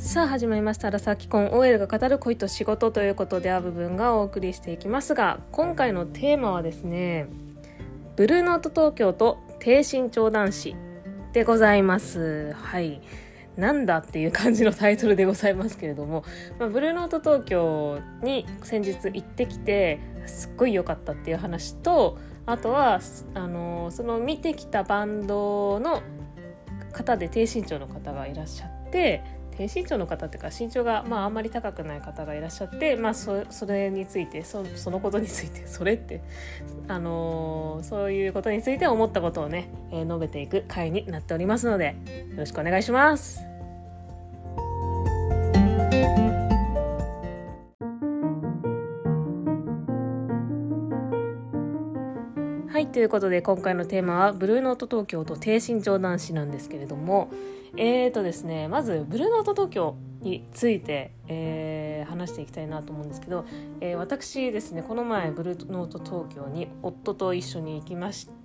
さあ始まりました。アラサー既婚 OL が語る恋と仕事ということで、部分がお送りしていきますが、今回のテーマはですね、ブルーノート東京と低身長男子でございます。はい、なんだっていう感じのタイトルでございますけれども、ブルーノート東京に先日行ってきてすっごい良かったっていう話と、あとはその見てきたバンドの方で低身長の方がいらっしゃって、低身長の方っていうか身長があんまり高くない方がいらっしゃって、それについて そのことについてそれってそういうことについて思ったことをね、述べていく回になっておりますので、よろしくお願いします。はい、ということで今回のテーマはブルーノート東京と低身長男子なんですけれども、ですね、まずブルーノート東京について、話していきたいなと思うんですけど、私ですね、この前ブルーノート東京に夫と一緒に行きまして、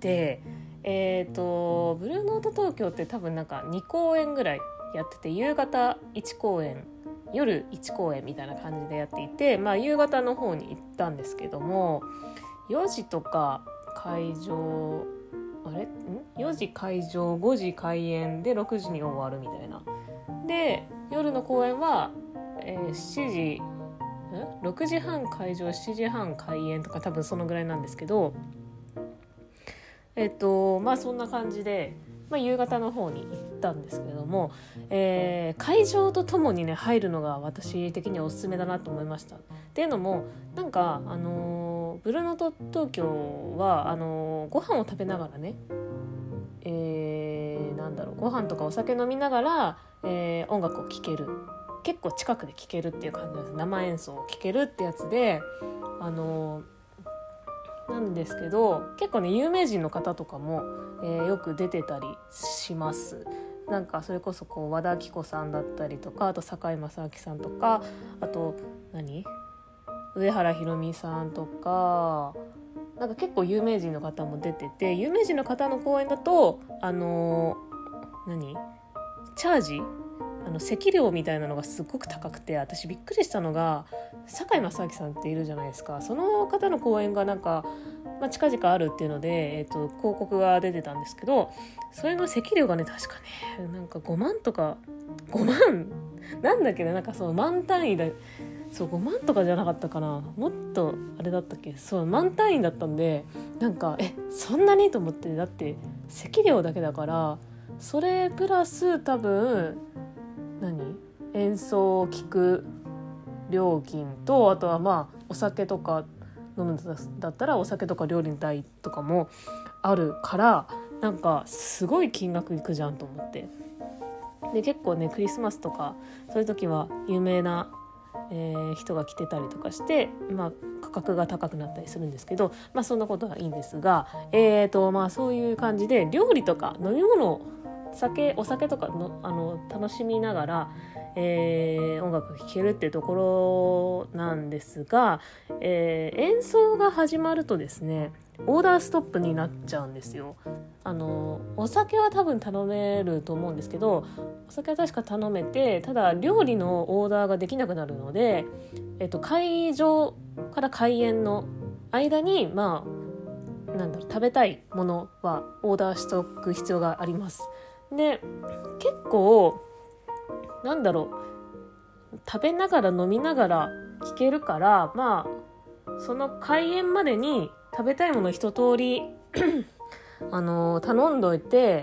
ブルーノート東京って多分2公演ぐらいやってて、夕方1公演夜1公演みたいな感じでやっていて、夕方の方に行ったんですけども、4時とか会場4時会場5時開演で6時に終わるみたいな。で夜の公演は、6時半会場7時半開演とか、多分そのぐらいなんですけど、そんな感じで、夕方の方に行ったんですけれども、会場とともにね入るのが私的にはおすすめだなと思いました。っていうのもブルーノート東京はご飯を食べながらね、ご飯とかお酒飲みながら、音楽を聴ける、結構近くで聴けるっていう感じです。生演奏を聴けるってやつで、なんですけど、結構ね有名人の方とかも、よく出てたりします。それこそ和田アキ子さんだったりとか、あと堺正章さんとか、あと上原ひろみさんとか、結構有名人の方も出てて、有名人の方の公演だとチャージ席料みたいなのがすごく高くて、私びっくりしたのが、堺正章さんっているじゃないですか。その方の公演が近々あるっていうので、広告が出てたんですけど、それの席料がね確かね5万とか5万なんだっけね、その万単位で、そう5万とかじゃなかったかな、もっとあれだったっけ、そう万単位だったんで、そんなにと思って、だって席料だけだから、それプラス多分演奏を聴く料金と、あとはお酒とか飲むんだったらお酒とか料理代とかもあるから、すごい金額いくじゃんと思って。で結構ねクリスマスとかそういう時は有名な、人が来てたりとかして、価格が高くなったりするんですけど、そんなことはいいんですが、そういう感じで料理とか飲み物、お酒とかの楽しみながら、音楽聴けるっていうところなんですが、演奏が始まるとですね、オーダーストップになっちゃうんですよ。お酒は多分頼めると思うんですけど、お酒は確か頼めて、ただ料理のオーダーができなくなるので、会場から開演の間に食べたいものはオーダーしておく必要があります。で結構食べながら飲みながら聴けるから、その開演までに食べたいもの一通り頼んどいて、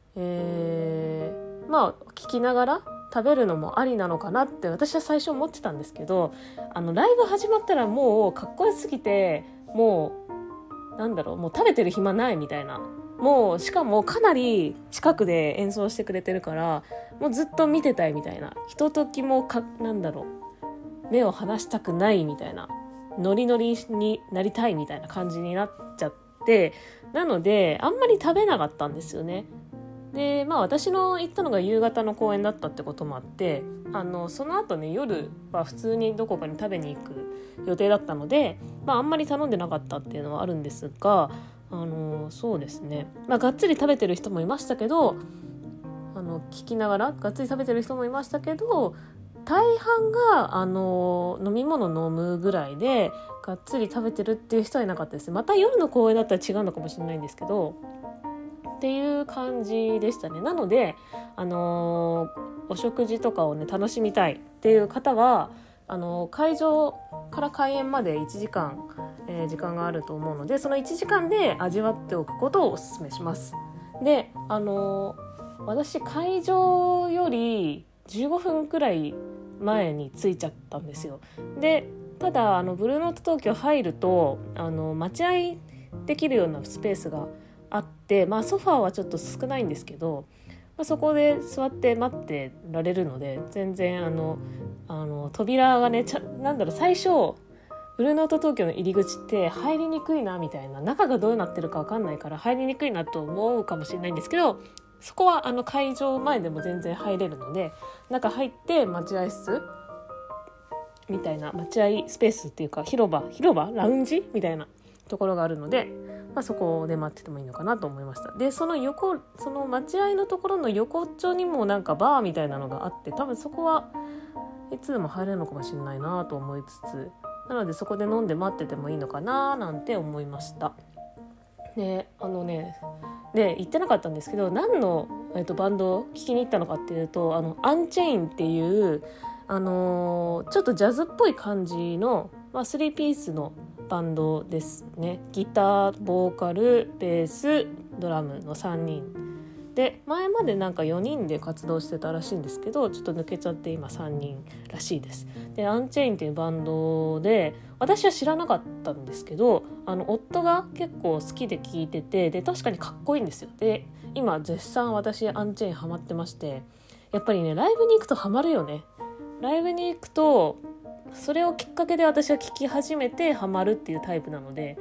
聞きながら食べるのもありなのかなって私は最初思ってたんですけど、ライブ始まったらもうかっこよすぎて、もう食べてる暇ないみたいな、もうしかもかなり近くで演奏してくれてるから、もうずっと見てたいみたいな、ひとときも目を離したくないみたいな、ノリノリになりたいみたいな感じになっちゃって、なのであんまり食べなかったんですよね。で私の行ったのが夕方の公演だったってこともあって、その後ね夜は普通にどこかに食べに行く予定だったので、あんまり頼んでなかったっていうのはあるんですが、そうですね、がっつり食べてる人もいましたけど、聞きながらがっつり食べてる人もいましたけど、 大半が飲み物飲むぐらいでがっつり食べてるっていう人はいなかったです。また夜の公園だったら違うのかもしれないんですけどっていう感じでしたね。なので、お食事とかをね楽しみたいっていう方は会場から開演まで1時間、時間があると思うのでその1時間で味わっておくことをお勧めします。で私会場より15分くらい前に着いちゃったんですよ。でただブルーノート東京入ると待合できるようなスペースがあって、ソファーはちょっと少ないんですけど、そこで座って待ってられるので全然扉がね最初ブルーノート東京の入り口って入りにくいなみたいな、中がどうなってるか分かんないから入りにくいなと思うかもしれないんですけど、そこは会場前でも全然入れるので中入って待合室みたいな待合スペースっていうか広場ラウンジみたいなところがあるので、そこで待っててもいいのかなと思いました。でその待合のところの横っちょにもバーみたいなのがあって多分そこはいつでも入れるのかもしれないなと思いつつ、なのでそこで飲んで待っててもいいのかななんて思いました。でで言ってなかったんですけど何の、バンドを聴きに行ったのかっていうとアンチェインっていうちょっとジャズっぽい感じの、3ピースのバンドですね。ギター、ボーカル、ベース、ドラムの3人で前まで4人で活動してたらしいんですけどちょっと抜けちゃって今3人らしいです。でアンチェインっていうバンドで私は知らなかったんですけど夫が結構好きで聴いててで確かにかっこいいんですよ。で今絶賛私アンチェインハマってまして、やっぱりねライブに行くとハマるよね。ライブに行くとそれをきっかけで私は聴き始めてハマるっていうタイプなので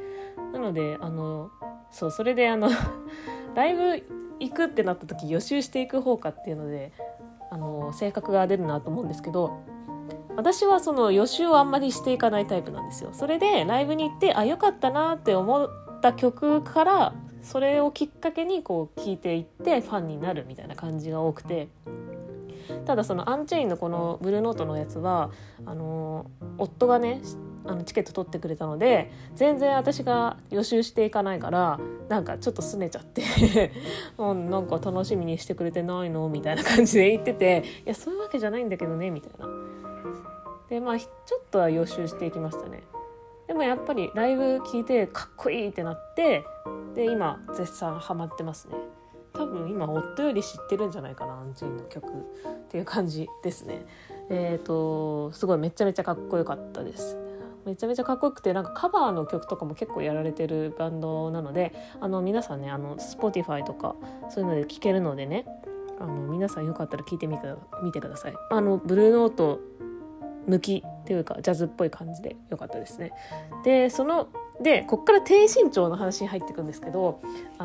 それでライブ行くってなった時予習していく方かっていうので性格が出るなと思うんですけど、私はその予習をあんまりしていかないタイプなんですよ。それでライブに行って良かったなって思った曲からそれをきっかけに聴いていってファンになるみたいな感じが多くて、ただそのアンチェインのこのブルーノートのやつは夫がねチケット取ってくれたので全然私が予習していかないからちょっと拗ねちゃって楽しみにしてくれてないのみたいな感じで言ってて、いやそういうわけじゃないんだけどねみたいなでちょっとは予習していきましたね。でもやっぱりライブ聞いてかっこいいってなってで今絶賛ハマってますね。多分今夫より知ってるんじゃないかなアンチェインの曲っていう感じですね。すごいめちゃめちゃかっこよかったです。めちゃめちゃかっこよくてカバーの曲とかも結構やられてるバンドなので皆さんねSpotify とかそういうので聴けるのでね皆さんよかったら聴いてみてください。ブルーノート抜きっていうかジャズっぽい感じでよかったですね。でこっから低身長の話に入っていくんですけど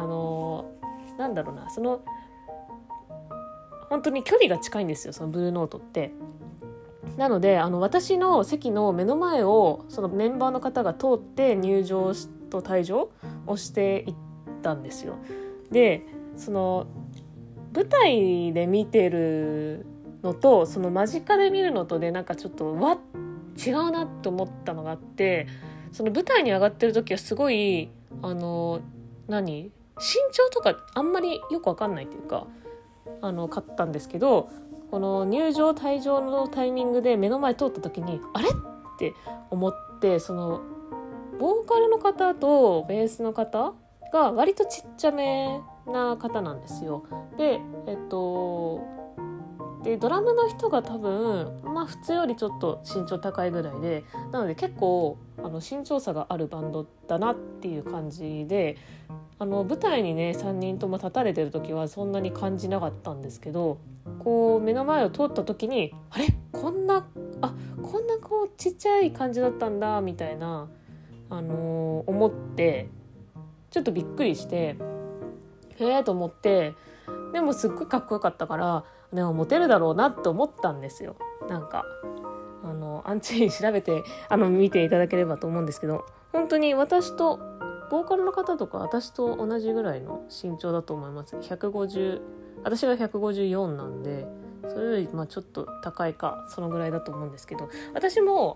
本当に距離が近いんですよそのブルーノートって。なので私の席の目の前をそのメンバーの方が通って入場と退場をしていったんですよ。でその舞台で見てるのとその間近で見るのとでちょっと違うなと思ったのがあって、その舞台に上がってる時はすごい身長とかあんまりよく分かんないっていうか買ったんですけど、この入場退場のタイミングで目の前通った時にあれって思って、そのボーカルの方とベースの方が割とちっちゃめな方なんですよ。でドラムの人が多分普通よりちょっと身長高いぐらいで、なので結構身長差があるバンドだなっていう感じで舞台にね3人とも立たれてる時はそんなに感じなかったんですけど、目の前を通った時にあれこんなちっちゃい感じだったんだみたいな思ってちょっとびっくりしてと思って、でもすっごいかっこよかったからでもモテるだろうなって思ったんですよ。アンチェイン調べて見ていただければと思うんですけど、本当に私とボーカルの方とか私と同じぐらいの身長だと思います。私が154なんでそれよりちょっと高いかそのぐらいだと思うんですけど、私も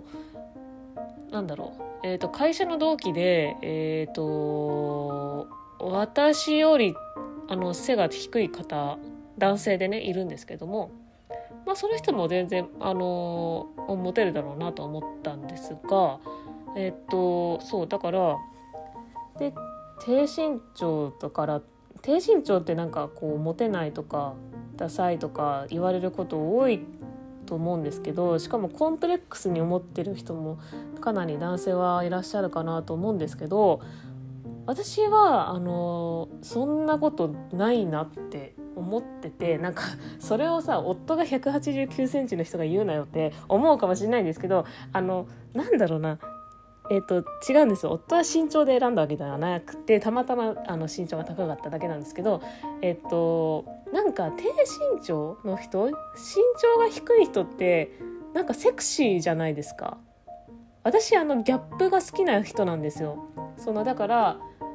会社の同期で私より背が低い方、男性でねいるんですけども、その人も全然モテるだろうなと思ったんですが、そうだからで低身長だから、低身長ってなんかこうモテないとかダサいとか言われること多いと思うんですけど、しかもコンプレックスに思ってる人もかなり男性はいらっしゃるかなと思うんですけど、私はそんなことないなって思ってて、なんかそれをさ、夫が189センチの人が言うなよって思うかもしれないんですけど、なんだろうな、違うんですよ。夫は身長で選んだわけではなくて、たまたま身長が高かっただけなんですけど、なんか低身長の人、身長が低い人ってなんかセクシーじゃないですか。私ギャップが好きな人なんですよ。だから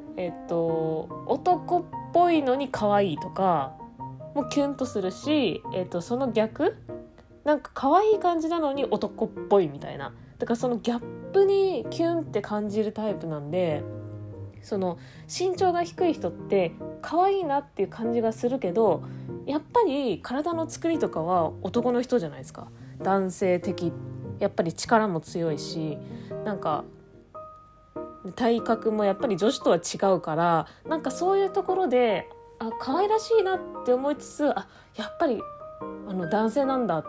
男っぽいのに可愛いとかもキュンとするし、その逆、なんか可愛い感じなのに男っぽいみたいな、だからそのギャップにキュンって感じるタイプなんで、身長が低い人って可愛いなっていう感じがするけど、やっぱり体の作りとかは男の人じゃないですか。男性的、やっぱり力も強いし、なんか体格もやっぱり女子とは違うから、なんかそういうところで可愛らしいなって思いつつ、やっぱり男性なんだって、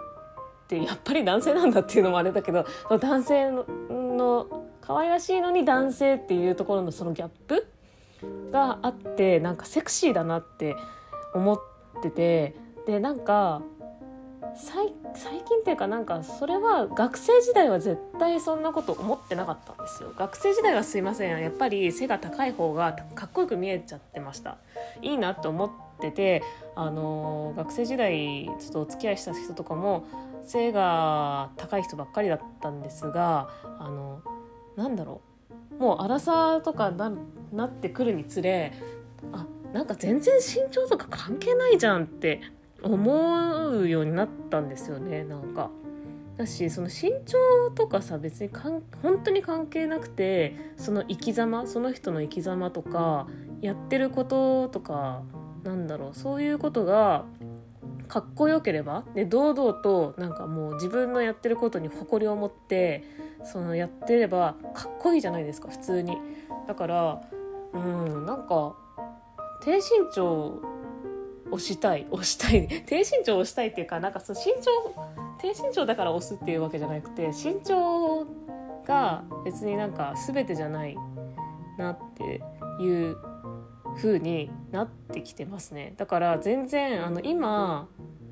やっぱり男性なんだっていうのもあれだけど、男性の可愛らしいのに男性っていうところのそのギャップがあって、なんかセクシーだなって思ってて、でなんか最近っていうか、なんかそれは学生時代は絶対そんなこと思ってなかったんですよ。学生時代はすいません、やっぱり背が高い方がかっこよく見えちゃってました。いいなと思ってて、学生時代ちょっとお付き合いした人とかも背が高い人ばっかりだったんですが、なんだろう、もうアラサーとかなってくるにつれ、なんか全然身長とか関係ないじゃんって思うようになったんですよね。なんかだし、その身長とかさ、別に本当に関係なくて、その生き様、その人の生き様とかやってることとか、そういうことがかっこよければ、で堂々となんかもう自分のやってることに誇りを持ってやってればかっこいいじゃないですか、普通に。だからなんか低身長押したい低身長を押したいっていうか、なんか低身長だから押すっていうわけじゃなくて、身長が別になんか全てじゃないなっていう風になってきてますね。だから全然今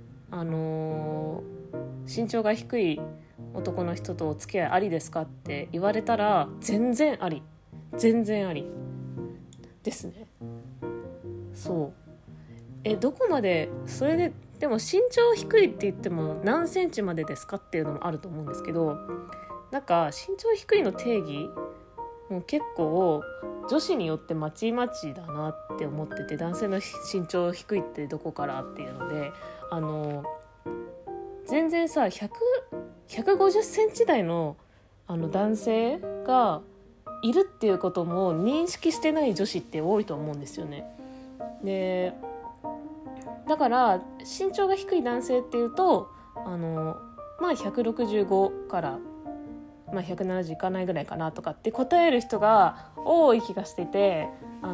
身長が低い男の人とお付き合いありですかって言われたら、全然ありですね。そうどこまでそれでも身長低いって言っても何センチまでですかっていうのもあると思うんですけど、なんか身長低いの定義もう結構女子によってまちまちだなって思ってて、男性の身長低いってどこからっていうので、全然さ150センチ台の男性がいるっていうことも認識してない女子って多いと思うんですよね。でだから身長が低い男性っていうと165から170いかないぐらいかなとかって答える人が多い気がしてて、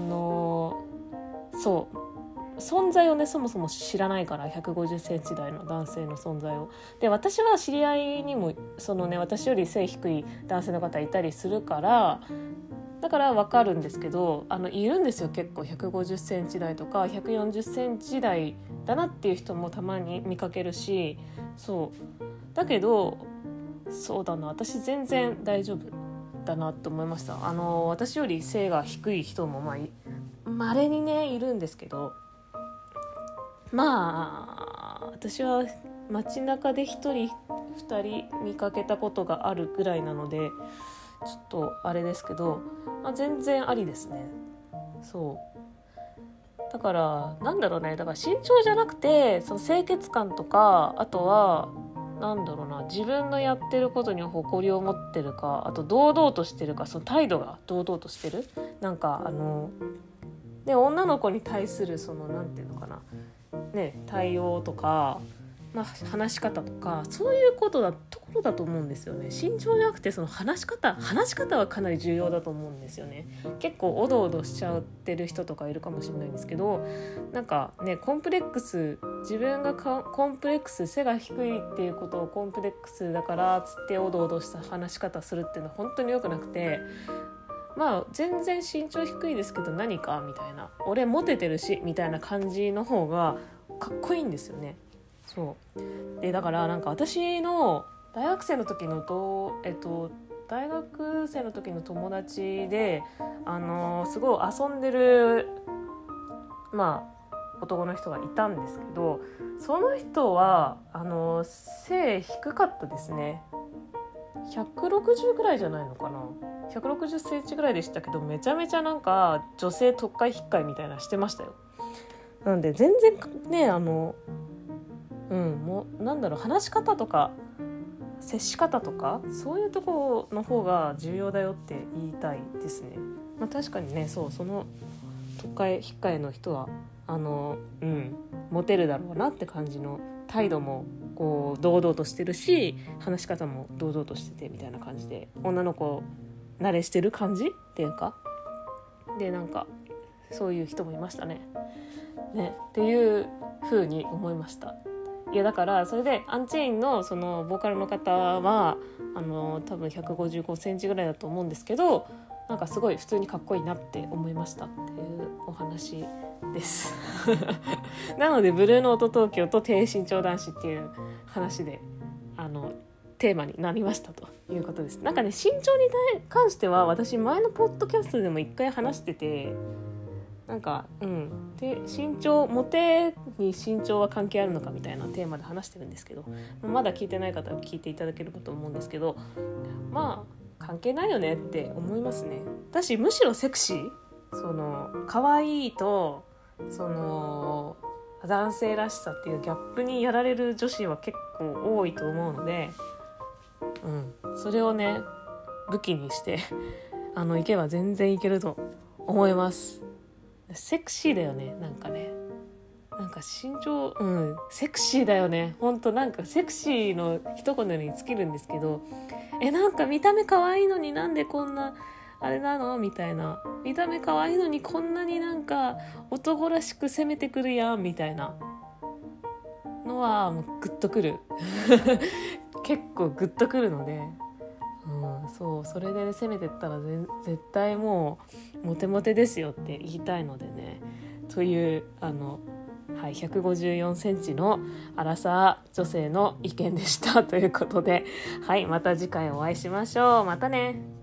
そう存在をね、そもそも知らないから、150センチ台の男性の存在を。で私は知り合いにも私より背低い男性の方いたりするから、だから分かるんですけど、いるんですよ、結構150センチ台とか140センチ台だなっていう人もたまに見かけるし、そうだけどそうだな、私全然大丈夫だなと思いました。私より背が低い人も稀にねいるんですけど、私は街中で1人2人見かけたことがあるぐらいなので、ちょっとあれですけど、全然ありですね。そうだからなんだろうね、だから身長じゃなくてその清潔感とか、あとはなんだろうな、自分のやってることに誇りを持ってるか、あと堂々としてるか、その態度が堂々としてる、なんかで女の子に対するそのなんていうのかなね、対応とか、まあ、話し方とかそういうところだと思うんですよね。身長じゃなくてその話し方はかなり重要だと思うんですよね。結構おどおどしちゃってる人とかいるかもしれないんですけど、なんかね、自分がコンプレックス、背が低いっていうことをコンプレックスだからつっておどおどした話し方するっていうのは本当に良くなくて、まあ全然身長低いですけど何かみたいな、俺モテてるしみたいな感じの方がかっこいいんですよね。そうで、だからなんか私の大学生の時の友達で、すごい遊んでるまあ男の人がいたんですけど、その人は背低かったですね。160ぐらいじゃないのかな、160センチぐらいでしたけど、めちゃめちゃなんか女性特会引っかいみたいなしてましたよ。なんで全然ね、もうなんだろう、話し方とか接し方とかそういうところの方が重要だよって言いたいですね。まあ、確かにね、その特会引っかいの人はモテるだろうなって感じの態度もこう堂々としてるし、話し方も堂々としててみたいな感じで、女の子慣れしてる感じっていうかで、なんかそういう人もいましたねっていう風に思いました。いやだからそれでアンチェインのそのボーカルの方は多分155センチぐらいだと思うんですけど、なんかすごい普通にかっこいいなって思いましたっていうお話ですなのでブルーノート東京と低身長男子っていう話でテーマになりましたということです。なんかね、身長に関しては私前のポッドキャストでも一回話してて、なんかでモテに身長は関係あるのかみたいなテーマで話してるんですけど、まだ聞いてない方は聞いていただければと思うんですけど、まあ関係ないよねって思いますね。だしむしろセクシー、その可愛いとその男性らしさっていうギャップにやられる女子は結構多いと思うので、それをね武器にしていけば全然いけると思います。セクシーだよね、なんかね、なんか身長セクシーだよね、ほんとなんかセクシーの一言に尽きるんですけど、なんか見た目可愛いのになんでこんなあれなのみたいな、見た目可愛いのにこんなになんか男らしく攻めてくるやんみたいなのはもうグッとくる結構グッとくるので、それで、ね、攻めてったら絶対もうモテモテですよって言いたいのでね、という154センチのアラサー女性の意見でしたということで、また次回お会いしましょう。またね。